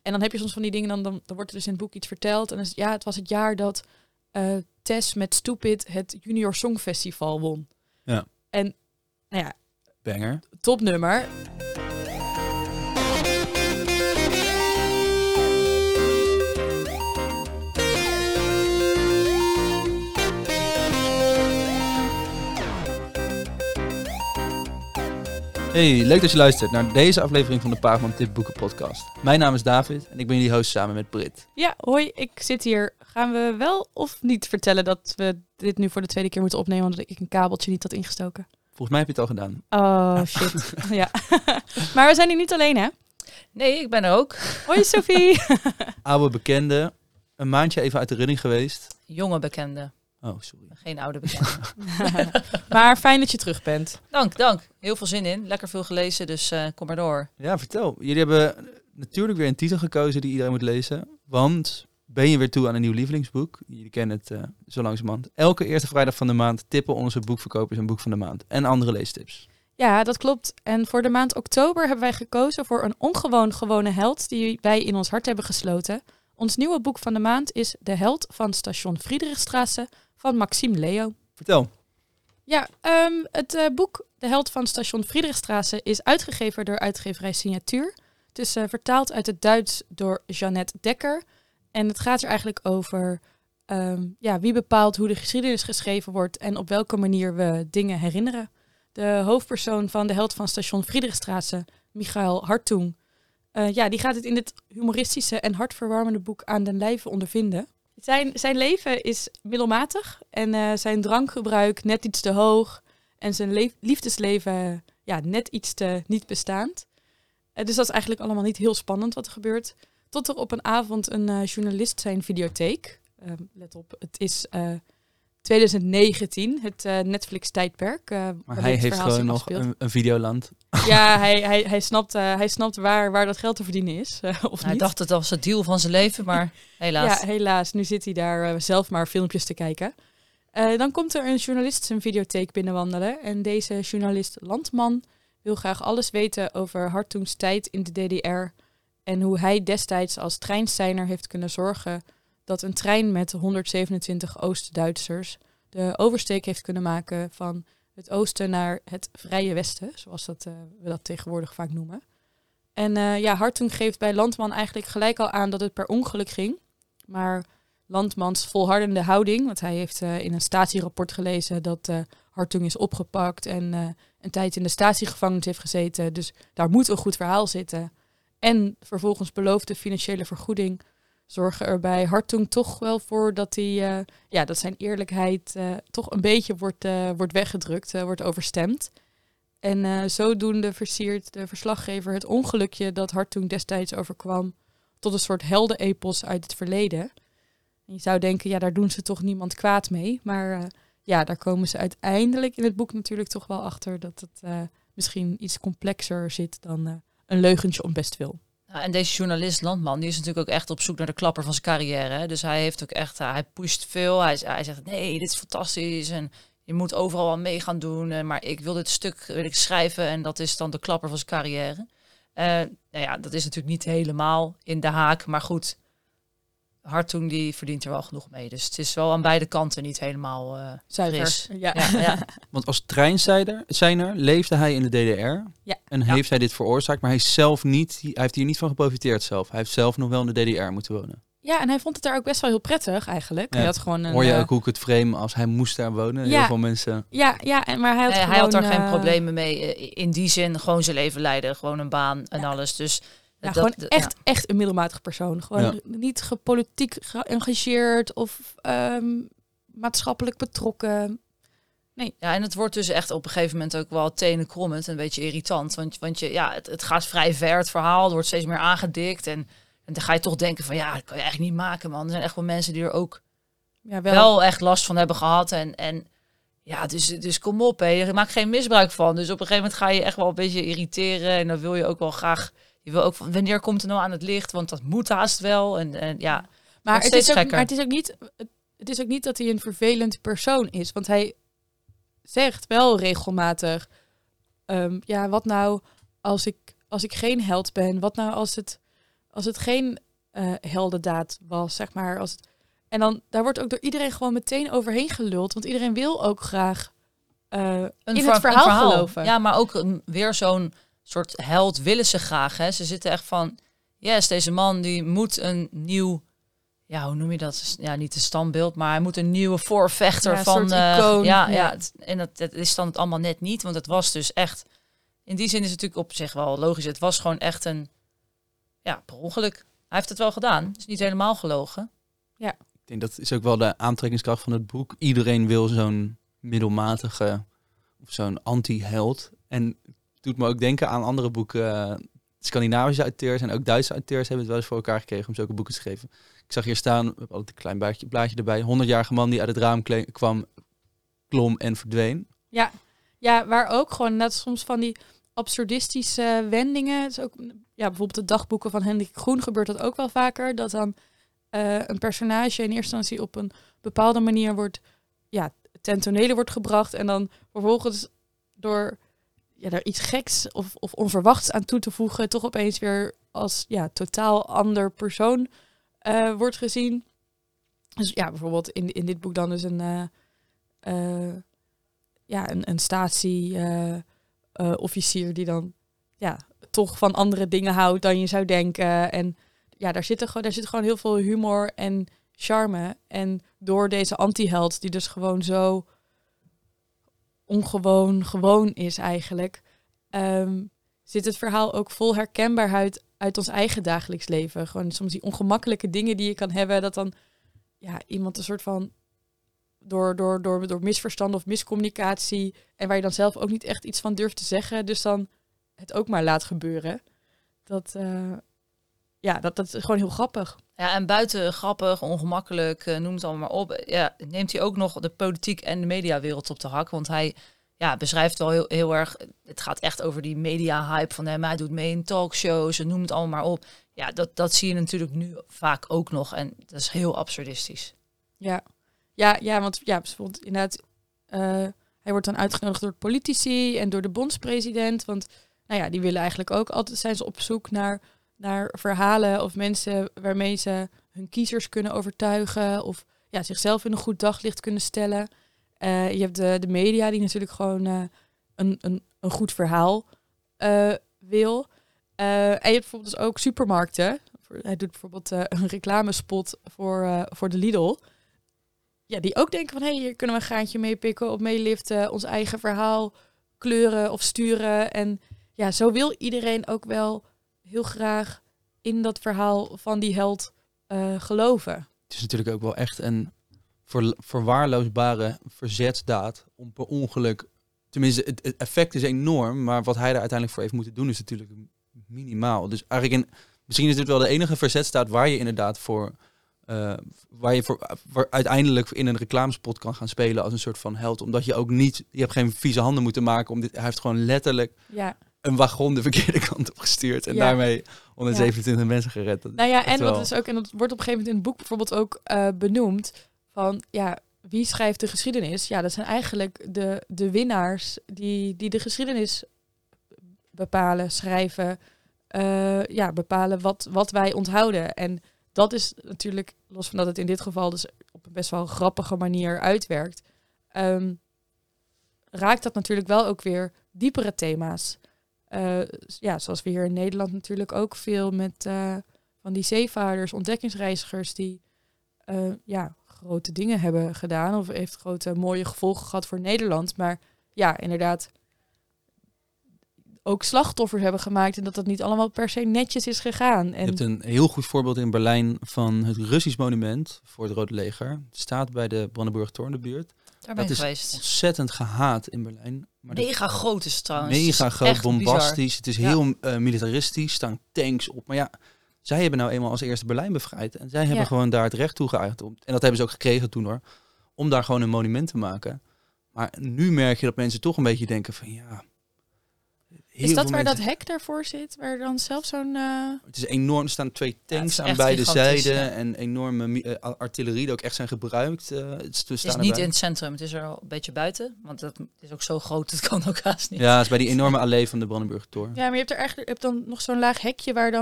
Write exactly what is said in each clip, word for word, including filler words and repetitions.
En dan heb je soms van die dingen, dan, dan, dan wordt er dus in het boek iets verteld. En dan is, ja, het was het jaar dat uh, Tess met Stupid het Junior Songfestival won. Ja. En, nou ja... Banger. Topnummer. Hey, leuk dat je luistert naar deze aflevering van de Paagman Tip Boeken podcast. Mijn naam is David en ik ben jullie host samen met Brit. Ja, hoi, ik zit hier. Gaan we wel of niet vertellen dat we dit nu voor de tweede keer moeten opnemen, omdat ik een kabeltje niet had ingestoken? Volgens mij heb je het al gedaan. Oh, shit. Ja. Maar we zijn hier niet alleen, hè? Nee, ik ben er ook. Hoi, Sophie. Oude bekende, een maandje even uit de running geweest. Jonge bekende. Oh, sorry. Geen oude bekende. Maar fijn dat je terug bent. Dank, dank. Heel veel zin in. Lekker veel gelezen, dus uh, kom maar door. Ja, vertel. Jullie hebben natuurlijk weer een titel gekozen die iedereen moet lezen. Want ben je weer toe aan een nieuw lievelingsboek? Jullie kennen het uh, zo langzamerhand. Elke eerste vrijdag van de maand tippen onze boekverkopers een boek van de maand. En andere leestips. Ja, dat klopt. En voor de maand oktober hebben wij gekozen voor een ongewoon gewone held die wij in ons hart hebben gesloten. Ons nieuwe boek van de maand is De Held van Station Friedrichstraße van Maxime Leo. Vertel. Ja, um, het uh, boek De Held van Station Friedrichstraße is uitgegeven door uitgeverij Signatuur. Het is uh, vertaald uit het Duits door Jeannette Dekker. En het gaat er eigenlijk over um, ja, wie bepaalt hoe de geschiedenis geschreven wordt en op welke manier we dingen herinneren. De hoofdpersoon van De Held van Station Friedrichstraße, Michael Hartung, uh, ja, die gaat het in dit humoristische en hartverwarmende boek aan den lijve ondervinden. Zijn, zijn leven is middelmatig en uh, zijn drankgebruik net iets te hoog en zijn leef, liefdesleven ja, net iets te niet bestaand. Uh, dus dat is eigenlijk allemaal niet heel spannend wat er gebeurt. Tot er op een avond een uh, journalist zijn videotheek, uh, let op, het is uh, twintig negentien, het uh, Netflix-tijdperk. Uh, maar hij heeft gewoon nog een, een videoland. Ja, hij, hij, hij snapt, uh, hij snapt waar, waar dat geld te verdienen is. Uh, of hij niet. dacht het was het deal van zijn leven, maar helaas. Ja, helaas. Nu zit hij daar uh, zelf maar filmpjes te kijken. Uh, dan komt er een journalist zijn videotheek binnenwandelen. En deze journalist Landman wil graag alles weten over Hartungs tijd in de D D R. En hoe hij destijds als treinseiner heeft kunnen zorgen dat een trein met honderdzevenentwintig Oost-Duitsers de oversteek heeft kunnen maken van het oosten naar het vrije westen, zoals dat, uh, we dat tegenwoordig vaak noemen. En uh, ja, Hartung geeft bij Landman eigenlijk gelijk al aan dat het per ongeluk ging. Maar Landmans volhardende houding, want hij heeft uh, in een statierapport gelezen dat uh, Hartung is opgepakt en uh, een tijd in de statiegevangenis heeft gezeten. Dus daar moet een goed verhaal zitten. En vervolgens beloofde financiële vergoeding zorgen er bij Hartung toch wel voor dat, hij, uh, ja, dat zijn eerlijkheid uh, toch een beetje wordt, uh, wordt weggedrukt, uh, wordt overstemd. En uh, zodoende versiert de verslaggever het ongelukje dat Hartung destijds overkwam tot een soort heldenepos uit het verleden. En je zou denken, ja, daar doen ze toch niemand kwaad mee. Maar uh, ja, daar komen ze uiteindelijk in het boek natuurlijk toch wel achter dat het uh, misschien iets complexer zit dan uh, een leugentje om bestwil. Ja, en deze journalist Landman, die is natuurlijk ook echt op zoek naar de klapper van zijn carrière. Hè? Dus hij heeft ook echt, uh, hij pusht veel. Hij, hij zegt, nee, dit is fantastisch en je moet overal aan mee gaan doen. Uh, maar ik wil dit stuk wil ik schrijven en dat is dan de klapper van zijn carrière. Uh, nou ja, dat is natuurlijk niet helemaal in de haak, maar goed. Hartung die verdient er wel genoeg mee. Dus het is wel aan beide kanten niet helemaal uh, zuiver. Ja. Ja, ja. Want als treinseiner leefde hij in de D D R. Ja. En Ja. heeft hij dit veroorzaakt. Maar hij, is zelf niet, hij heeft hier niet van geprofiteerd zelf. Hij heeft zelf nog wel in de D D R moeten wonen. Ja, en hij vond het daar ook best wel heel prettig eigenlijk. Ja. Hij had gewoon een, Hoor je uh, ook hoe ik het frame als hij moest daar wonen? Ja. Heel veel mensen... Ja, ja en, maar hij had, Nee, gewoon, hij had daar uh, geen problemen mee. Uh, in die zin gewoon zijn leven leiden. Gewoon een baan en Ja. alles. Dus Ja, dat, gewoon dat- echt, echt een middelmatig persoon. Gewoon Ja. niet gepolitiek geëngageerd of um, maatschappelijk betrokken. Ja, en het wordt dus echt op een gegeven moment ook wel tenenkrommend. Een beetje irritant. Want, want je, ja, het, het gaat vrij ver, het verhaal. Er wordt steeds meer aangedikt. En, en dan ga je toch denken van, ja, dat kan je eigenlijk niet maken, man. Er zijn echt wel mensen die er ook Ja, wel, wel echt last van hebben gehad. En, en ja, dus, dus kom op, hè. Je maakt geen misbruik van. Dus op een gegeven moment ga je echt wel een beetje irriteren. En dan wil je ook wel graag... Je wil ook van, wanneer komt het nou aan het licht? Want dat moet haast wel. En, en ja, maar het, steeds is ook, gekker. maar het is ook niet, het, het is ook niet dat hij een vervelend persoon is. Want hij zegt wel regelmatig, um, ja, wat nou als ik, als ik geen held ben? Wat nou als het, als het geen uh, heldendaad was, zeg maar. Als het, en dan, daar wordt ook door iedereen gewoon meteen overheen geluld. Want iedereen wil ook graag uh, een in ver- het verhaal, verhaal geloven. Ja, maar ook een, weer zo'n soort held willen ze graag. Hè? Ze zitten echt van, yes, deze man die moet een nieuw... Ja, hoe noem je dat? Ja, niet een standbeeld, maar hij moet een nieuwe voorvechter ja, van... Een soort uh, icoon. Ja, ja. ja het, en dat, dat is dan het allemaal net niet, want het was dus echt... In die zin is het natuurlijk op zich wel logisch. Het was gewoon echt een... Ja, per ongeluk. Hij heeft het wel gedaan. Het is niet helemaal gelogen. Ja. Ik denk dat is ook wel de aantrekkingskracht van het boek. Iedereen wil zo'n middelmatige of zo'n anti-held. En het doet me ook denken aan andere boeken. Scandinavische auteurs en ook Duitse auteurs hebben het wel eens voor elkaar gekregen om zulke boeken te schrijven. Ik zag hier staan, we hebben altijd een klein blaadje, blaadje erbij, honderdjarige man die uit het raam kle- kwam, klom en verdween. Ja, ja, waar ook gewoon net soms van die absurdistische wendingen. Het is ook, ja, bijvoorbeeld de dagboeken van Hendrik Groen gebeurt dat ook wel vaker. Dat dan uh, een personage in eerste instantie op een bepaalde manier wordt, ja, ten tonele wordt gebracht. En dan vervolgens door ja, daar iets geks of, of onverwachts aan toe te voegen, toch opeens weer als ja, totaal ander persoon uh, wordt gezien. Dus ja, bijvoorbeeld in, in dit boek dan dus een, uh, uh, ja, een, een statie uh, uh, officier die dan ja, toch van andere dingen houdt dan je zou denken. En ja, daar zit, er gewoon, daar zit gewoon heel veel humor en charme. En door deze anti-held, die dus gewoon zo ongewoon gewoon is eigenlijk, um, zit het verhaal ook vol herkenbaarheid uit ons eigen dagelijks leven. Gewoon soms die ongemakkelijke dingen die je kan hebben, dat dan ja, iemand een soort van door, door, door, door misverstand of miscommunicatie en waar je dan zelf ook niet echt iets van durft te zeggen, dus dan het ook maar laat gebeuren. Dat, uh, ja, dat, dat is gewoon heel grappig. Ja, en buiten grappig, ongemakkelijk, uh, noem het allemaal maar op, ja, neemt hij ook nog de politiek en de mediawereld op de hak. Want hij ja, beschrijft wel heel, heel erg, het gaat echt over die media-hype van hem. Hij doet mee in talkshows en noem het allemaal maar op. Ja, dat, dat zie je natuurlijk nu vaak ook nog. En dat is heel absurdistisch. Ja, ja, ja want ja, bijvoorbeeld inderdaad, uh, hij wordt dan uitgenodigd door politici en door de bondspresident. Want nou ja, die willen eigenlijk ook altijd, zijn ze op zoek naar, naar verhalen of mensen waarmee ze hun kiezers kunnen overtuigen of ja, zichzelf in een goed daglicht kunnen stellen. Uh, je hebt de, de media die natuurlijk gewoon uh, een, een, een goed verhaal uh, wil. Uh, en je hebt bijvoorbeeld dus ook supermarkten. Hij doet bijvoorbeeld uh, een reclamespot voor, uh, voor de Lidl. Ja, die ook denken van, hé, hey, hier kunnen we een graantje mee pikken of meeliften, ons eigen verhaal kleuren of sturen. En ja, zo wil iedereen ook wel heel graag in dat verhaal van die held uh, geloven. Het is natuurlijk ook wel echt een ver, verwaarloosbare verzetsdaad om per ongeluk, tenminste het, het effect is enorm, maar wat hij daar uiteindelijk voor heeft moeten doen is natuurlijk minimaal. Dus eigenlijk in, misschien is dit wel de enige verzetsdaad waar je inderdaad voor Uh, waar je voor, voor uiteindelijk in een reclamespot kan gaan spelen als een soort van held. Omdat je ook niet, je hebt geen vieze handen moeten maken. Om dit, hij heeft gewoon letterlijk ja. een wagon de verkeerde kant op gestuurd. En ja. daarmee honderdzevenentwintig ja. mensen gered. Dat nou ja, en wel. Dat is ook, en dat wordt op een gegeven moment in het boek bijvoorbeeld ook uh, benoemd. Van ja, wie schrijft de geschiedenis? Ja, dat zijn eigenlijk de, de winnaars die, die de geschiedenis bepalen, schrijven. Uh, ja, bepalen wat, wat wij onthouden. En dat is natuurlijk, los van dat het in dit geval dus op een best wel grappige manier uitwerkt, um, raakt dat natuurlijk wel ook weer diepere thema's. Uh, ja, zoals we hier in Nederland natuurlijk ook veel met uh, van die zeevaarders, ontdekkingsreizigers die uh, ja, grote dingen hebben gedaan of heeft grote mooie gevolgen gehad voor Nederland. Maar ja, inderdaad ook slachtoffers hebben gemaakt en dat dat niet allemaal per se netjes is gegaan. En je hebt een heel goed voorbeeld in Berlijn van het Russisch monument voor het Rode Leger. Het staat bij de Brandenburger Tor in de buurt. Daar ben dat ik is geweest. Ontzettend gehaat in Berlijn. Maar mega dat, groot is het trouwens. Mega het groot, bombastisch. Bizar. Het is ja. heel uh, militaristisch. Staan tanks op. Maar ja, zij hebben nou eenmaal als eerste Berlijn bevrijd. En zij hebben ja. gewoon daar het recht toe geëigend. En dat hebben ze ook gekregen toen hoor. Om daar gewoon een monument te maken. Maar nu merk je dat mensen toch een beetje denken van ja. Is dat waar mensen... dat hek daarvoor zit? Waar dan zelf zo'n... Uh... Het is enorm. Er staan twee tanks ja, aan beide zijden. Ja. En enorme uh, artillerie die ook echt zijn gebruikt. Uh, het is, het is niet in het centrum. Het is er al een beetje buiten. Want het is ook zo groot. Het kan ook haast niet. Ja, het is bij die enorme allee van de Brandenburger Tor. Ja, maar je hebt er echt, je hebt dan nog zo'n laag hekje waar dan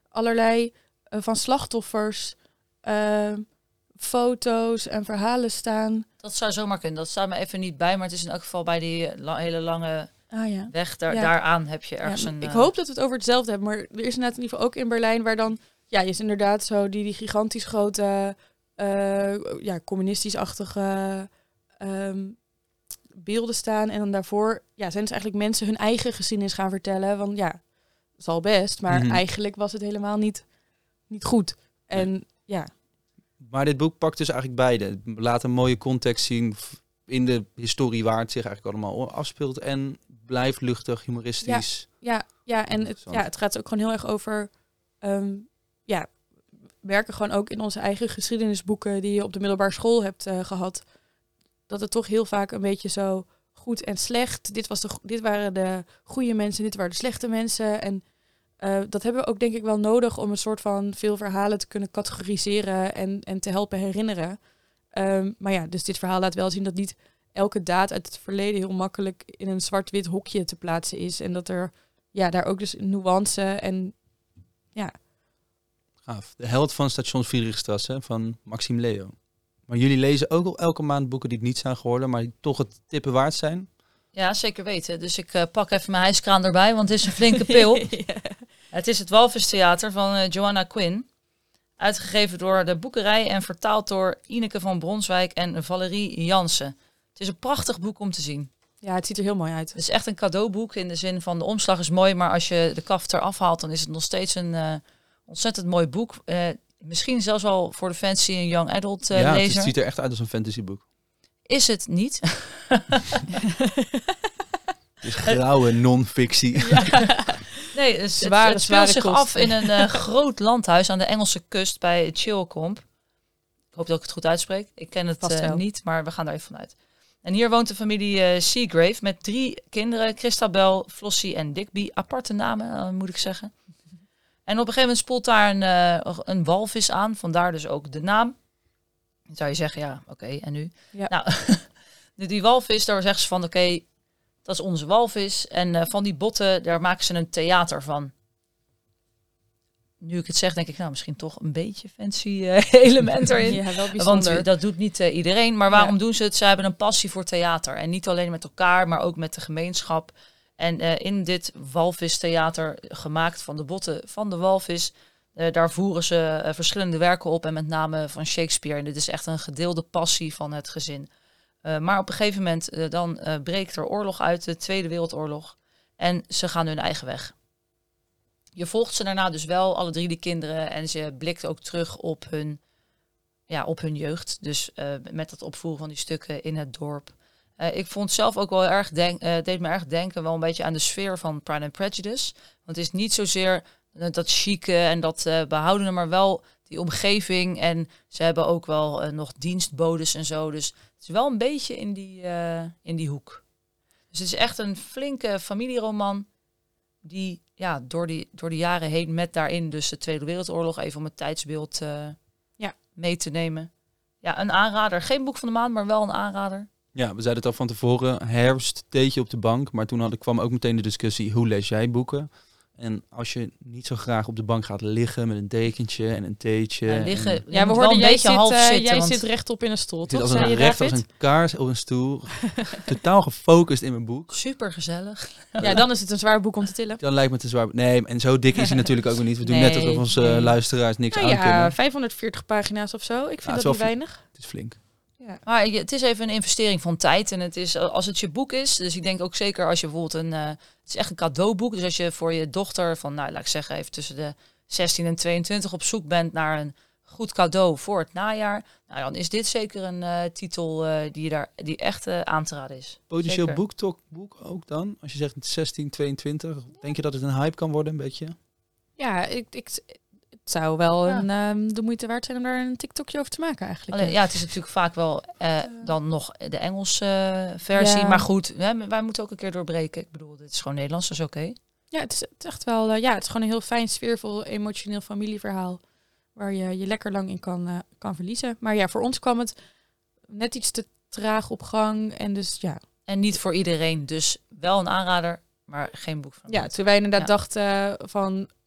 allerlei uh, van slachtoffers, uh, foto's en verhalen staan. Dat zou zomaar kunnen. Dat staat me even niet bij, maar het is in elk geval bij die la- hele lange ah, ja. weg. Daar, Ja. Daaraan heb je ergens ja, een... Ik uh, hoop dat we het over hetzelfde hebben, maar er is inderdaad in ieder geval ook in Berlijn waar dan, ja, je is inderdaad zo die, die gigantisch grote, uh, ja, communistisch-achtige um, beelden staan. En dan daarvoor ja, zijn dus eigenlijk mensen hun eigen geschiedenis gaan vertellen. Want ja, dat is al best, maar Mm-hmm. eigenlijk was het helemaal niet, niet goed. En nee. ja... Maar dit boek pakt dus eigenlijk beide. Het laat een mooie context zien in de historie waar het zich eigenlijk allemaal afspeelt. En blijft luchtig, humoristisch. Ja, ja, ja en het, ja, het gaat ook gewoon heel erg over... Um, ja, werken gewoon ook in onze eigen geschiedenisboeken die je op de middelbare school hebt uh, gehad. Dat het toch heel vaak een beetje zo goed en slecht. Dit, was de, dit waren de goede mensen, dit waren de slechte mensen. En uh, dat hebben we ook denk ik wel nodig om een soort van veel verhalen te kunnen categoriseren en, en te helpen herinneren. Um, maar ja, dus dit verhaal laat wel zien dat niet elke daad uit het verleden heel makkelijk in een zwart-wit hokje te plaatsen is. En dat er ja, daar ook dus nuance en ja... Gaaf. De held van Station Friedrichstraße van Maxime Leo. Maar jullie lezen ook al elke maand boeken die het niet zijn geworden, maar die toch het tippen waard zijn? Ja, zeker weten. Dus ik uh, pak even mijn hijskraan erbij, want het is een flinke pil. ja. Het is het Walvistheater van uh, Joanna Quinn. Uitgegeven door de Boekerij en vertaald door Ineke van Bronswijk en Valerie Jansen. Het is een prachtig boek om te zien. Ja, het ziet er heel mooi uit. Het is echt een cadeauboek in de zin van de omslag is mooi, maar als je de kaft eraf haalt, dan is het nog steeds een uh, ontzettend mooi boek. Uh, misschien zelfs al voor de fancy en young adult uh, ja, lezer. Het ziet er echt uit als een fantasyboek. Is het niet? Het is grauwe non-fictie. Ja. Nee, dus zware, het, het speelt zich kost. af in een uh, groot landhuis aan de Engelse kust bij Chilcombe. Ik hoop dat ik het goed uitspreek. Ik ken het uh, niet, maar we gaan daar even vanuit. En hier woont de familie uh, Seagrave met drie kinderen. Christabel, Flossie en Digby. Aparte namen, uh, moet ik zeggen. En op een gegeven moment spoelt daar een, uh, een walvis aan. Vandaar dus ook de naam. Dan zou je zeggen, ja, oké, okay, en nu? Ja. Nou, die walvis, daar zeggen ze van, oké, okay, dat is onze walvis. En uh, van die botten, daar maken ze een theater van. Nu ik het zeg, denk ik, nou, misschien toch een beetje fancy uh, element erin. Ja, wel bijzonder. Want dat doet niet uh, iedereen. Maar waarom ja. doen ze het? Ze hebben een passie voor theater. En niet alleen met elkaar, maar ook met de gemeenschap. En uh, in dit walvistheater, gemaakt van de botten van de walvis, uh, daar voeren ze uh, verschillende werken op. En met name van Shakespeare. En dit is echt een gedeelde passie van het gezin. Uh, maar op een gegeven moment uh, dan uh, breekt er oorlog uit, de Tweede Wereldoorlog. En ze gaan hun eigen weg. Je volgt ze daarna dus wel, alle drie die kinderen. En ze blikt ook terug op hun, ja, op hun jeugd. Dus uh, met het opvoeren van die stukken in het dorp. Uh, ik vond zelf ook wel erg, denk, uh, deed me erg denken wel een beetje aan de sfeer van Pride and Prejudice. Want het is niet zozeer uh, dat chique en dat uh, behoudene, maar wel die omgeving. En ze hebben ook wel uh, nog dienstbodes en zo. Dus het is wel een beetje in die, uh, in die hoek. Dus het is echt een flinke familieroman die ja, door, die, door de jaren heen met daarin dus de Tweede Wereldoorlog, even om het tijdsbeeld uh, ja. mee te nemen. Ja, een aanrader. Geen boek van de maand, maar wel een aanrader. Ja, we zeiden het al van tevoren. Herfst, theetje op de bank. Maar toen had, kwam ook meteen de discussie, hoe lees jij boeken? En als je niet zo graag op de bank gaat liggen met een dekentje en een theetje. Ja, liggen, en, ja we hoorden, jij, zit, half uh, zitten, jij want... zit rechtop in een stoel, ik zit toch? als een, Zei je, recht David? als een kaars op een stoel. Totaal gefocust in mijn boek. Super gezellig. Ja, dan is het een zwaar boek om te tillen. Dan lijkt me te zwaar. Nee, en zo dik is hij natuurlijk ook weer niet. We doen Nee, net alsof onze nee. luisteraars niks Nou aan ja, kunnen. vijfhonderdveertig pagina's of zo. Ik vind Ja, dat zo niet fl- weinig. Het is flink. Ja. Maar het is even een investering van tijd. En het is, als het je boek is, dus ik denk ook zeker als je bijvoorbeeld een... Uh, het is echt een cadeauboek. Dus als je voor je dochter van, nou laat ik zeggen, even tussen de zestien en tweeëntwintig op zoek bent naar een goed cadeau voor het najaar, nou dan is dit zeker een uh, titel uh, die, je daar, die echt uh, aan te raden is. Potentieel Zeker. boek, boek ook dan? Als je zegt zestien, tweeëntwintig. Denk je dat het een hype kan worden een beetje? Ja, ik, ik, het zou wel Ja. een, um, de moeite waard zijn om daar een TikTokje over te maken eigenlijk. Alleen, ja, het is natuurlijk vaak wel uh, dan nog de Engelse uh, versie. Ja. Maar goed, hè, wij moeten ook een keer doorbreken. Ik bedoel, dit is gewoon Nederlands, dat is oké. Okay. Ja, het is, het is echt wel, uh, ja, het is gewoon een heel fijn, sfeervol, emotioneel familieverhaal. Waar je je lekker lang in kan, uh, kan verliezen. Maar ja, voor ons kwam het net iets te traag op gang. En dus ja. En niet voor iedereen. Dus wel een aanrader, maar geen boek van. Ja, toen wij inderdaad Ja. dachten uh, van...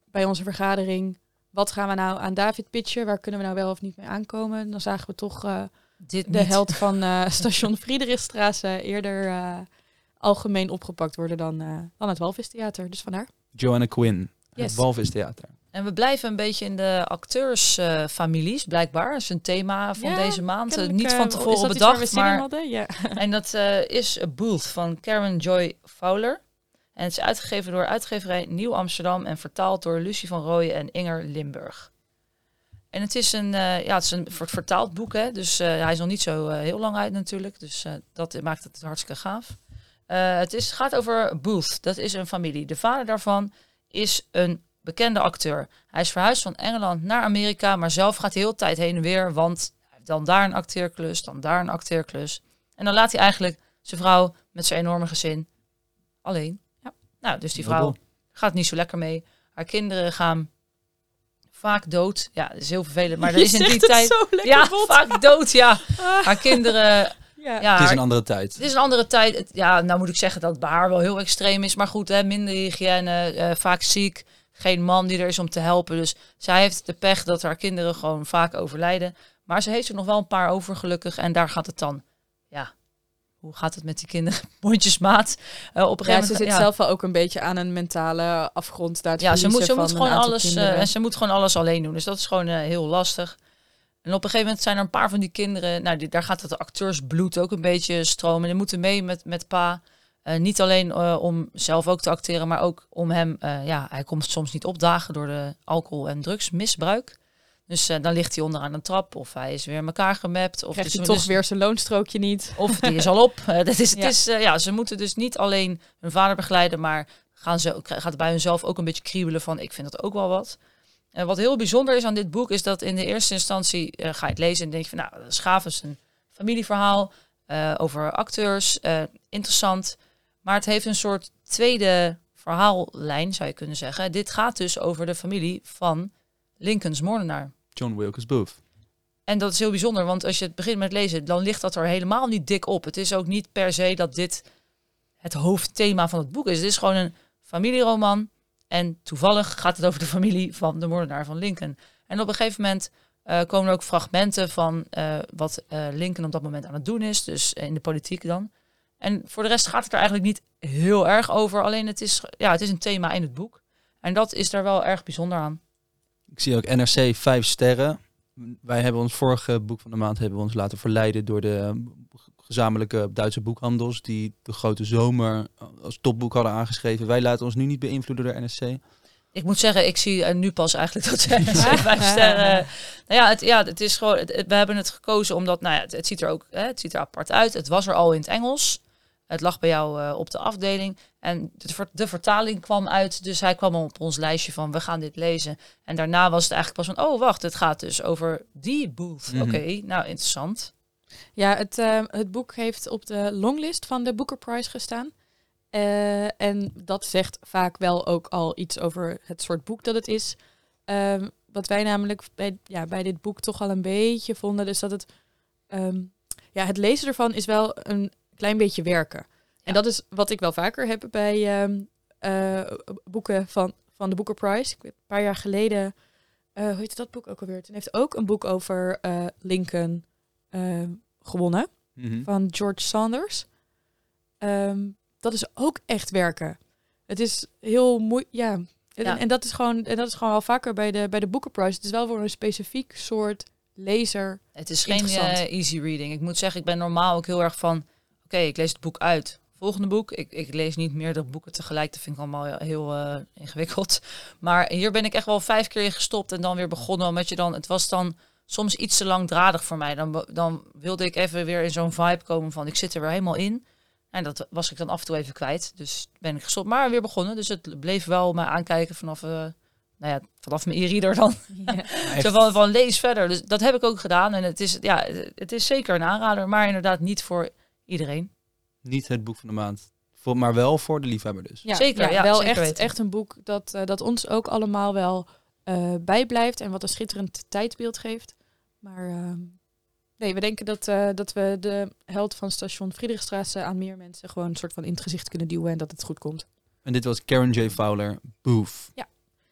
bij onze vergadering, wat gaan we nou aan David pitchen? Waar kunnen we nou wel of niet mee aankomen? Dan zagen we toch uh, Dit de niet. held van uh, station Friedrichstraße eerder uh, algemeen opgepakt worden dan, uh, dan het Walvistheater. Dus vandaar. Joanna Quinn, Yes. het Walvistheater. En we blijven een beetje in de acteursfamilies, uh, blijkbaar. Dat is een thema van Ja, deze maand. Uh, Kennelijk, niet van uh, tevoren is dat bedacht, iets waar we zin in maar... hadden? Ja. En dat uh, is A Booth van Karen Joy Fowler. En het is uitgegeven door uitgeverij Nieuw Amsterdam en vertaald door Lucie van Rooyen en Inger Limburg. En het is een, uh, ja, het is een vertaald boek, hè? Dus uh, hij is nog niet zo uh, heel lang uit natuurlijk. Dus uh, dat maakt het hartstikke gaaf. Uh, het is, gaat over Booth, dat is een familie. De vader daarvan is een bekende acteur. Hij is verhuisd van Engeland naar Amerika, maar zelf gaat hij heel de tijd heen en weer, want hij heeft dan daar een acteerklus, dan daar een acteerklus. En dan laat hij eigenlijk zijn vrouw met zijn enorme gezin alleen. Ja. Nou, dus die vrouw gaat niet zo lekker mee. Haar kinderen gaan vaak dood. Ja, dat is heel vervelend, maar er is in die tijd ja, bot. vaak dood. Ja, ah. Haar kinderen. Ja. Ja, het is een andere tijd. Het is een andere tijd. Het, ja, nou moet ik zeggen dat het bij haar wel heel extreem is. Maar goed, hè, minder hygiëne, uh, vaak ziek. Geen man die er is om te helpen. Dus zij heeft de pech dat haar kinderen gewoon vaak overlijden. Maar ze heeft er nog wel een paar over gelukkig. En daar gaat het dan. Ja, hoe gaat het met die kinderen? Mondjesmaat. Uh, op een ja, gegeven ze moment, zit ja. zelf wel ook een beetje aan een mentale afgrond. Daar ja, ze moet, ze van moet gewoon alles. Uh, en en ze moet gewoon alles alleen doen. Dus dat is gewoon uh, heel lastig. En op een gegeven moment zijn er een paar van die kinderen, nou, die, daar gaat het acteursbloed ook een beetje stromen. Die moeten mee met, met pa. Uh, niet alleen uh, om zelf ook te acteren, maar ook om hem, uh, ja, hij komt soms niet opdagen door de alcohol- en drugsmisbruik. Dus uh, dan ligt hij onderaan een trap, of hij is weer in elkaar gemapt. Of krijgt dus, hij toch dus, weer zijn loonstrookje niet. Of die is al op. Uh, dat is, ja. Het is, uh, ja, ze moeten dus niet alleen hun vader begeleiden, maar gaan ze, gaat het bij hunzelf ook een beetje kriebelen van, ik vind dat ook wel wat. En wat heel bijzonder is aan dit boek, is dat in de eerste instantie uh, ga je het lezen en denk je van, nou, dat is gaaf, het is een familieverhaal uh, over acteurs, uh, interessant. Maar het heeft een soort tweede verhaallijn, zou je kunnen zeggen. Dit gaat dus over de familie van Lincolns moordenaar. John Wilkes Booth. En dat is heel bijzonder, want als je het begint met lezen, dan ligt dat er helemaal niet dik op. Het is ook niet per se dat dit het hoofdthema van het boek is. Het is gewoon een familieroman. En toevallig gaat het over de familie van de moordenaar van Lincoln. En op een gegeven moment uh, komen er ook fragmenten van uh, wat uh, Lincoln op dat moment aan het doen is. Dus in de politiek dan. En voor de rest gaat het er eigenlijk niet heel erg over. Alleen het is, ja, het is een thema in het boek. En dat is daar wel erg bijzonder aan. Ik zie ook N R C vijf sterren. Wij hebben ons vorige boek van de maand hebben we ons laten verleiden door de gezamenlijke Duitse boekhandels die de Grote Zomer als topboek hadden aangeschreven. Wij laten ons nu niet beïnvloeden door N R C. Ik moet zeggen, ik zie uh, nu pas eigenlijk dat N R C vijf sterren. Nou ja, het, ja, het is gewoon. Het, het, we hebben het gekozen omdat, nou ja, het, het ziet er ook, hè, het ziet er apart uit. Het was er al in het Engels. Het lag bij jou uh, op de afdeling. En de, de vertaling kwam uit. Dus hij kwam op ons lijstje van, we gaan dit lezen. En daarna was het eigenlijk pas van, oh wacht, het gaat dus over die Booth. Mm-hmm. Oké, okay, nou interessant. Ja, het, uh, het boek heeft op de longlist van de Booker Prize gestaan. Uh, en dat zegt vaak wel ook al iets over het soort boek dat het is. Uh, wat wij namelijk bij, ja, bij dit boek toch al een beetje vonden, dus dat het... Um, ja, het lezen ervan is wel een klein beetje werken. Ja. En dat is wat ik wel vaker heb bij um, uh, boeken van, van de Booker Prize. Ik weet, een paar jaar geleden, uh, hoe heet dat boek ook alweer? Toen heeft ook een boek over uh, Lincoln uh, gewonnen. Mm-hmm. Van George Saunders. Um, dat is ook echt werken. Het is heel moeilijk. Ja. ja. En, en dat is gewoon en dat is gewoon al vaker bij de, bij de Booker Prize. Het is wel voor een specifiek soort lezer. Het is geen uh, easy reading. Ik moet zeggen, ik ben normaal ook heel erg van, oké, okay, ik lees het boek uit. Volgende boek. Ik, ik lees niet meerdere boeken tegelijk. Dat vind ik allemaal heel uh, ingewikkeld. Maar hier ben ik echt wel vijf keer in gestopt en dan weer begonnen. Omdat je dan, het was dan soms iets te langdradig voor mij. Dan, dan wilde ik even weer in zo'n vibe komen van, ik zit er weer helemaal in. En dat was ik dan af en toe even kwijt. Dus ben ik gestopt, maar weer begonnen. Dus het bleef wel me aankijken vanaf, uh, nou ja, vanaf mijn e-reader dan. Ja. Zo van, van lees verder. Dus dat heb ik ook gedaan. En het is, ja, het is zeker een aanrader, maar inderdaad niet voor iedereen. Niet het boek van de maand, voor, maar wel voor de liefhebber dus. Ja, zeker, ja, ja, wel zeker echt, echt een boek dat, uh, dat ons ook allemaal wel uh, bijblijft. En wat een schitterend tijdbeeld geeft. Maar... Uh, Nee, we denken dat, uh, dat we de held van station Friedrichstraße aan meer mensen gewoon een soort van in het gezicht kunnen duwen en dat het goed komt. En dit was Karen J. Fowler, Booth. Ja.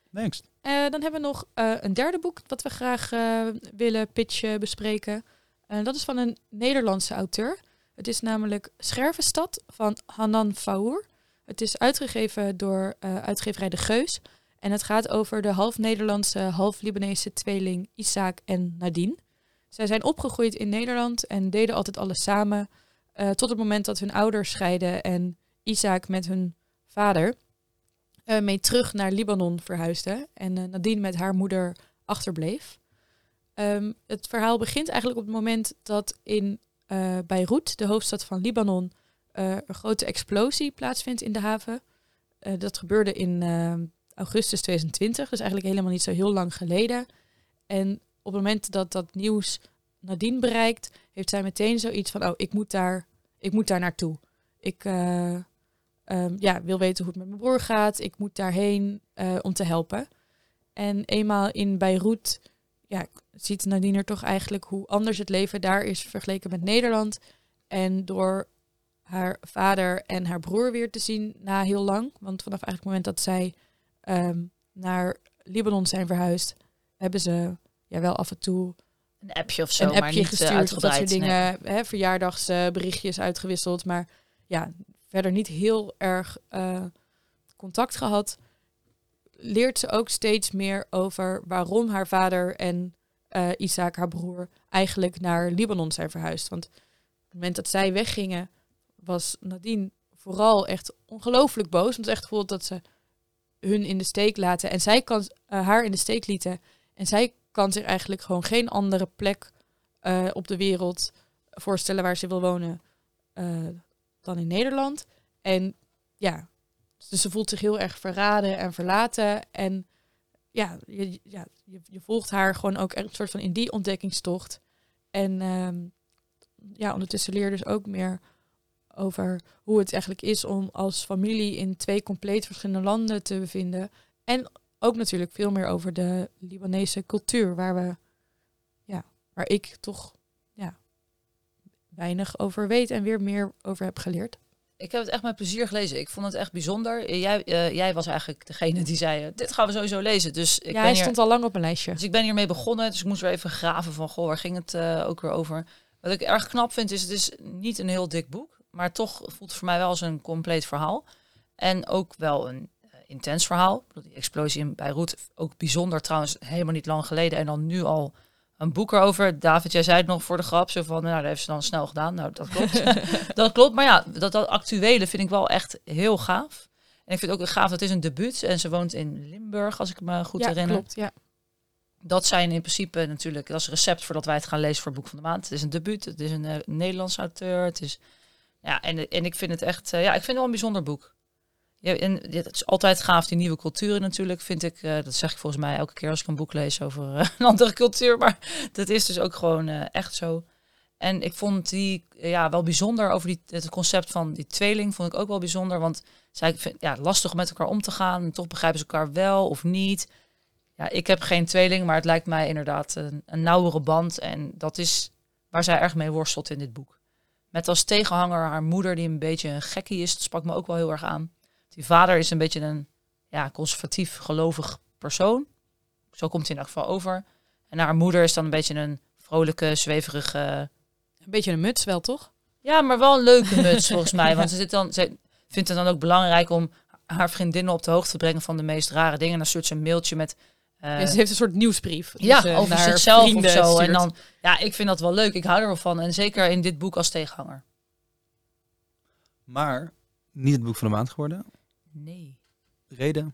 Next. Uh, dan hebben we nog uh, een derde boek wat we graag uh, willen pitchen, bespreken. Uh, dat is van een Nederlandse auteur. Het is namelijk Schervenstad van Hanan Faour. Het is uitgegeven door uh, uitgeverij De Geus. En het gaat over de half Nederlandse, half Libanese tweeling Isaac en Nadine. Zij zijn opgegroeid in Nederland en deden altijd alles samen. Uh, tot het moment dat hun ouders scheiden en Isaac met hun vader uh, mee terug naar Libanon verhuisde. En uh, Nadine met haar moeder achterbleef. Um, het verhaal begint eigenlijk op het moment dat in uh, Beirut, de hoofdstad van Libanon, uh, een grote explosie plaatsvindt in de haven. Uh, dat gebeurde in uh, augustus tweeduizend twintig, dus eigenlijk helemaal niet zo heel lang geleden. En op het moment dat dat nieuws Nadine bereikt, heeft zij meteen zoiets van, oh, ik moet daar, ik moet daar naartoe. Ik uh, um, ja, wil weten hoe het met mijn broer gaat. Ik moet daarheen uh, om te helpen. En eenmaal in Beirut, ja, ziet Nadine er toch eigenlijk hoe anders het leven daar is vergeleken met Nederland. En door haar vader en haar broer weer te zien na heel lang. Want vanaf eigenlijk het moment dat zij um, naar Libanon zijn verhuisd, hebben ze ja, wel af en toe een appje of zo, een appje maar niet gestuurd of dat soort dingen, nee. hè, verjaardagsberichtjes uh, uitgewisseld, maar ja, verder niet heel erg uh, contact gehad. Leert ze ook steeds meer over waarom haar vader en uh, Isaac, haar broer, eigenlijk naar Libanon zijn verhuisd. Want op het moment dat zij weggingen, was Nadine vooral echt ongelooflijk boos. Want echt voelde dat ze hun in de steek laten en zij kan uh, haar in de steek lieten. En zij kan zich eigenlijk gewoon geen andere plek uh, op de wereld voorstellen waar ze wil wonen uh, dan in Nederland. En ja, dus ze voelt zich heel erg verraden en verlaten. En ja, je, ja, je, je volgt haar gewoon ook echt een soort van in die ontdekkingstocht. En um, ja, ondertussen leer je dus ook meer over hoe het eigenlijk is om als familie in twee compleet verschillende landen te bevinden. En ook natuurlijk veel meer over de Libanese cultuur, waar we, ja, waar ik toch ja, weinig over weet en weer meer over heb geleerd. Ik heb het echt met plezier gelezen. Ik vond het echt bijzonder. Jij, uh, jij was eigenlijk degene die zei, uh, dit gaan we sowieso lezen. Dus ik ja, ben hij hier, stond al lang op een lijstje. Dus ik ben hiermee begonnen. Dus ik moest weer even graven van, goh, waar ging het uh, ook weer over? Wat ik erg knap vind, is het is niet een heel dik boek. Maar toch voelt het voor mij wel als een compleet verhaal. En ook wel een uh, intens verhaal. Die explosie in Beirut, ook bijzonder trouwens, helemaal niet lang geleden. En dan nu al een boek erover. David, jij zei het nog voor de grap. Zo van, nou, dat heeft ze dan snel gedaan. Nou, dat klopt. dat klopt. Maar ja, dat, dat actuele vind ik wel echt heel gaaf. En ik vind ook gaaf, dat is een debuut. En ze woont in Limburg, als ik me goed ja, herinner. Klopt, ja. Dat zijn in principe natuurlijk, dat is een recept voordat wij het gaan lezen voor het boek van de maand. Het is een debuut, het is een uh, Nederlandse auteur. Het is, ja, en, en ik vind het echt, uh, ja, ik vind het wel een bijzonder boek. Ja, en het is altijd gaaf, die nieuwe culturen natuurlijk, vind ik. Uh, dat zeg ik volgens mij elke keer als ik een boek lees over uh, een andere cultuur. Maar dat is dus ook gewoon uh, echt zo. En ik vond die uh, ja, wel bijzonder over die, het concept van die tweeling, vond ik ook wel bijzonder. Want zij vind ja, lastig om met elkaar om te gaan. En toch begrijpen ze elkaar wel of niet. Ja, ik heb geen tweeling, maar het lijkt mij inderdaad een, een nauwere band. En dat is waar zij erg mee worstelt in dit boek. Met als tegenhanger haar moeder, die een beetje een gekkie is. Dat sprak me ook wel heel erg aan. Die vader is een beetje een ja, conservatief, gelovig persoon. Zo komt hij in elk geval over. En haar moeder is dan een beetje een vrolijke, zweverige... Een beetje een muts wel, toch? Ja, maar wel een leuke muts volgens mij. Want ze, zit dan, ze vindt het dan ook belangrijk om haar vriendinnen op de hoogte te brengen van de meest rare dingen. En dan stuurt ze een mailtje met... Uh, ja, ze heeft een soort nieuwsbrief. Ja, dus, uh, over zichzelf of zo. Stuurt. En dan, ja, ik vind dat wel leuk. Ik hou er wel van. En zeker in dit boek als tegenhanger. Maar niet het boek van de maand geworden. Nee. Reden?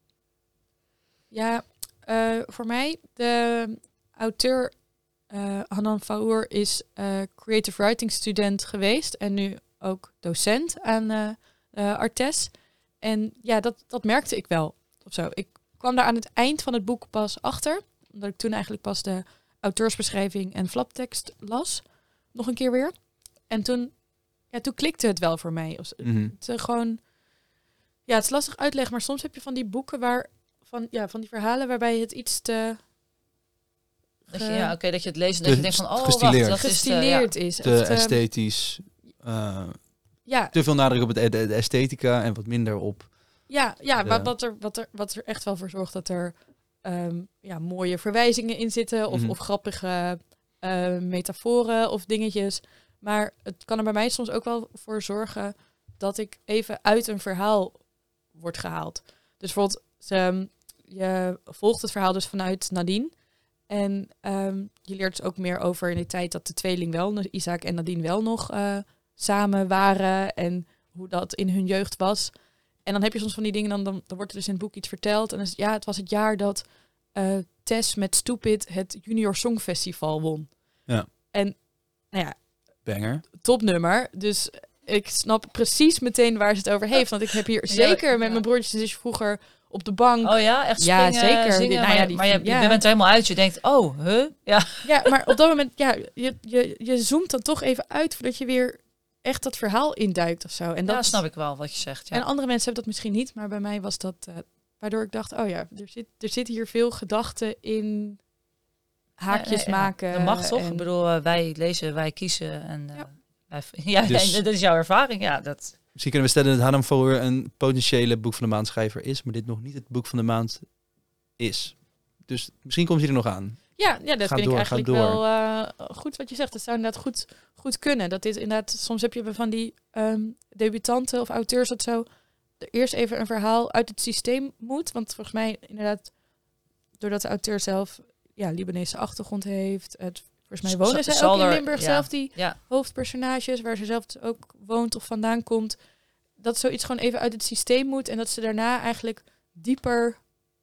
Ja, uh, voor mij, de auteur uh, Hanan Faour is uh, creative writing student geweest. En nu ook docent aan uh, uh, Artes. En ja, dat, dat merkte ik wel. Of zo. Ik kwam daar aan het eind van het boek pas achter. Omdat ik toen eigenlijk pas de auteursbeschrijving en flaptekst las. Nog een keer weer. En toen, ja, toen klikte het wel voor mij. Of, Mm-hmm. het, uh, gewoon, ja, het is lastig uitleggen. Maar soms heb je van die boeken waar... Van, ja, van die verhalen waarbij het iets te... Dat je, ja, oké, okay, dat je het leest en dat je denkt van... Oh, gestileerd. wacht, dat gestileerd is... is. Te Het, uh, esthetisch. Uh, ja. Te veel nadruk op het, de, de esthetica en wat minder op Ja, ja De- maar wat er, wat, er, wat er echt wel voor zorgt dat er um, ja, mooie verwijzingen in zitten. Of, Mm-hmm. of grappige uh, metaforen of dingetjes. Maar het kan er bij mij soms ook wel voor zorgen dat ik even uit een verhaal word gehaald. Dus bijvoorbeeld, um, je volgt het verhaal dus vanuit Nadine. En um, je leert dus ook meer over in de tijd dat de tweeling wel, Isaac en Nadine wel nog uh, samen waren. En hoe dat in hun jeugd was. En dan heb je soms van die dingen, dan, dan, dan wordt er dus in het boek iets verteld. En dan is het, ja, het was het jaar dat uh, Tess met Stupid het Junior Songfestival won. Ja. En, nou ja, Banger. topnummer. Dus ik snap precies meteen waar ze het over heeft. Want ik heb hier zeker ja. met mijn broertjes en zusjes vroeger op de bank. Oh ja, echt Ja, springen, zeker. zingen. Die- nou maar ja, je- die- maar je, ja. je bent er helemaal uit. Je denkt, oh, huh? Ja. Ja, maar op dat moment, ja, je, je, je zoomt dan toch even uit voordat je weer echt dat verhaal induikt of zo. En dat ja, snap ik wel wat je zegt. Ja. En andere mensen hebben dat misschien niet, maar bij mij was dat uh, waardoor ik dacht, oh ja, er zit, er zit hier veel gedachten in haakjes Ja, ja, ja. maken. Dat mag toch? en- Ik bedoel, uh, wij lezen, wij kiezen. En, uh, Ja. wij, ja, Dus- en dat is jouw ervaring. Ja, dat, Misschien kunnen we stellen dat Hanam voor een potentiële boek van de maand schrijver is, maar dit nog niet het boek van de maand is. Dus misschien komt hij er nog aan. Ja, ja, dat Ga vind door, ik ga eigenlijk door. wel uh, goed wat je zegt. Dat zou inderdaad goed, goed kunnen. Dat dit inderdaad, soms heb je van die um, debutanten of auteurs dat zo er eerst even een verhaal uit het systeem moet. Want volgens mij inderdaad, doordat de auteur zelf ja, Libanese achtergrond heeft. Het, volgens mij wonen Z- zij zal ook in er- Limburg ja. zelf, die ja. hoofdpersonages, waar ze zelf ook woont of vandaan komt. Dat zoiets gewoon even uit het systeem moet. En dat ze daarna eigenlijk dieper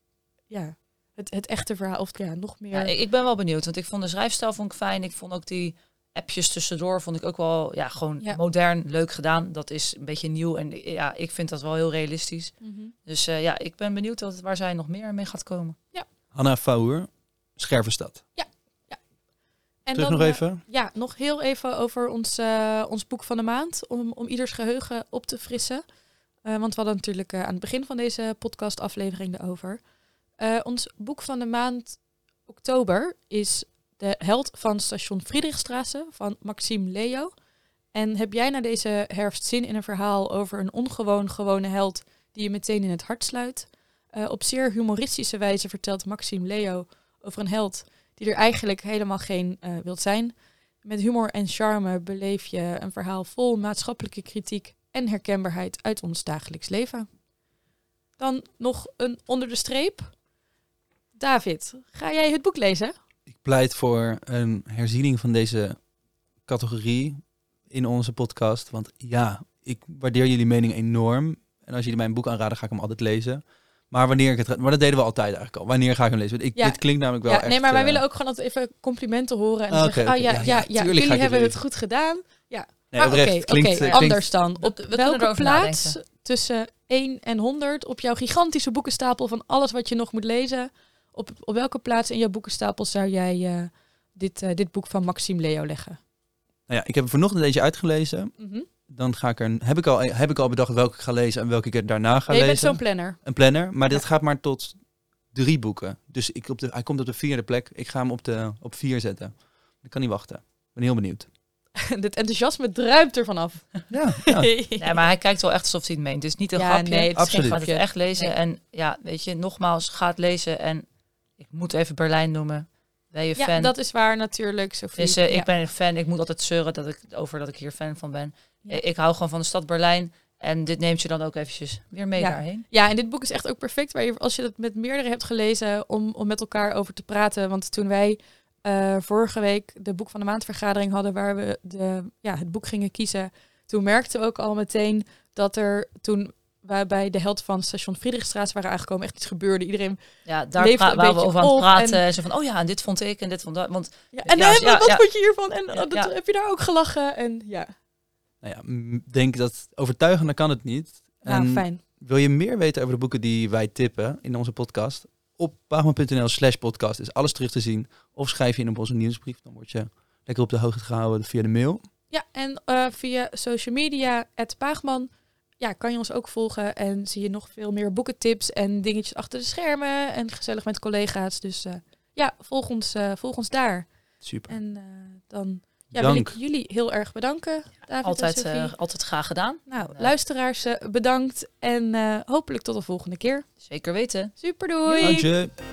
ja, het, het echte verhaal, of ja, nog meer... Ja, ik, ik ben wel benieuwd, want ik vond de schrijfstijl vond ik fijn. Ik vond ook die appjes tussendoor, vond ik ook wel ja, gewoon Ja. modern, leuk gedaan. Dat is een beetje nieuw en ja, ik vind dat wel heel realistisch. Mhm. Dus uh, ja, ik ben benieuwd wat, waar zij nog meer mee gaat komen. Hanna Faour, Schervenstad. En Terug dan, nog uh, even. Ja, nog heel even over ons, uh, ons boek van de maand. Om, om ieders geheugen op te frissen. Uh, want we hadden natuurlijk uh, aan het begin van deze podcastaflevering erover. Uh, ons boek van de maand oktober is De Held van Station Friedrichstraße van Maxime Leo. En heb jij na deze herfst zin in een verhaal over een ongewoon gewone held die je meteen in het hart sluit? Uh, op zeer humoristische wijze vertelt Maxime Leo over een held die er eigenlijk helemaal geen uh, wilt zijn. Met humor en charme beleef je een verhaal vol maatschappelijke kritiek en herkenbaarheid uit ons dagelijks leven. Dan nog een onder de streep. David, ga jij het boek lezen? Ik pleit voor een herziening van deze categorie in onze podcast. Want ja, ik waardeer jullie mening enorm. En als jullie mij een boek aanraden, ga ik hem altijd lezen. Maar wanneer ik het... Maar dat deden we altijd eigenlijk al. Wanneer ga ik hem lezen? Want ik, Ja. Dit klinkt namelijk wel ja, echt... nee, maar wij uh, willen ook gewoon altijd even complimenten horen. En Ah, zeggen, oké, oh oké. ja, Ja, ja, ja, ja, tuurlijk jullie ga ik hebben het het goed gedaan. Ja. Nee, Maar oprecht. oké, Het klinkt, oké, eh, klinkt- anders dan. Op We- we kunnen welke erover plaats nadenken. tussen één en honderd op jouw gigantische boekenstapel van alles wat je nog moet lezen, op, op welke plaats in jouw boekenstapel zou jij uh, dit, uh, dit boek van Maxime Leo leggen? Nou ja, ik heb vanochtend deze uitgelezen. Mm-hmm. Dan ga ik er, heb, ik al, heb ik al bedacht welke ik ga lezen en welke ik er daarna ga Ja, je bent lezen. zo'n planner. Een planner, maar dit Ja. gaat maar tot drie boeken. Dus ik op de, hij komt op de vierde plek. Ik ga hem op, de, op vier zetten. Ik kan niet wachten. Ik ben heel benieuwd. Dit enthousiasme druipt er vanaf. Ja, ja. Nee, maar hij kijkt wel echt alsof hij het meent. Het is niet een Ja, grapje. nee, het is Absoluut. Hij gaat het grapje. echt lezen. Nee. En ja, weet je, nogmaals, ga het lezen. En ik moet even Berlijn noemen. Ben je Ja, fan? dat is waar natuurlijk, Sophie. Dus uh, ik Ja. ben een fan. Ik moet altijd zeuren dat ik, over dat ik hier fan van ben. Ja. Ik, ik hou gewoon van de stad Berlijn. En dit neemt je dan ook eventjes weer mee Ja. daarheen. Ja, en dit boek is echt ook perfect waar je, als je het met meerdere hebt gelezen, om, om met elkaar over te praten. Want toen wij uh, vorige week de Boek van de Maand vergadering hadden, waar we de, ja, het boek gingen kiezen, toen merkten we ook al meteen dat er toen wij bij de held van Station Friedrichstraße waren aangekomen, echt iets gebeurde. Iedereen... Ja, daar Leeft pra- een waren we beetje over aan het op praten. en- En zo van, oh ja, en dit vond ik en dit vond dat. Want Ja, en Ja, eh, ja, wat ja. vond je hiervan? En Ja, oh, dat, ja. heb je daar ook gelachen? En ja, Nou ja, m- denk dat overtuigender kan het niet. nou En fijn. wil je meer weten over de boeken die wij tippen in onze podcast? Op pagma.nl slash podcast is alles terug te zien. Of schrijf je in op onze nieuwsbrief. Dan word je lekker op de hoogte gehouden via de mail. Ja, en uh, via social media, at Paagman, ja, kan je ons ook volgen en zie je nog veel meer boekentips en dingetjes achter de schermen en gezellig met collega's. Dus uh, ja, volg ons, uh, volg ons daar. Super. En uh, dan Ja, Dank. wil ik jullie heel erg bedanken, David Altijd, en Sophie. uh, altijd graag gedaan. Nou, Uh, luisteraars, uh, bedankt. En uh, hopelijk tot de volgende keer. Zeker weten. Super, doei! Adje.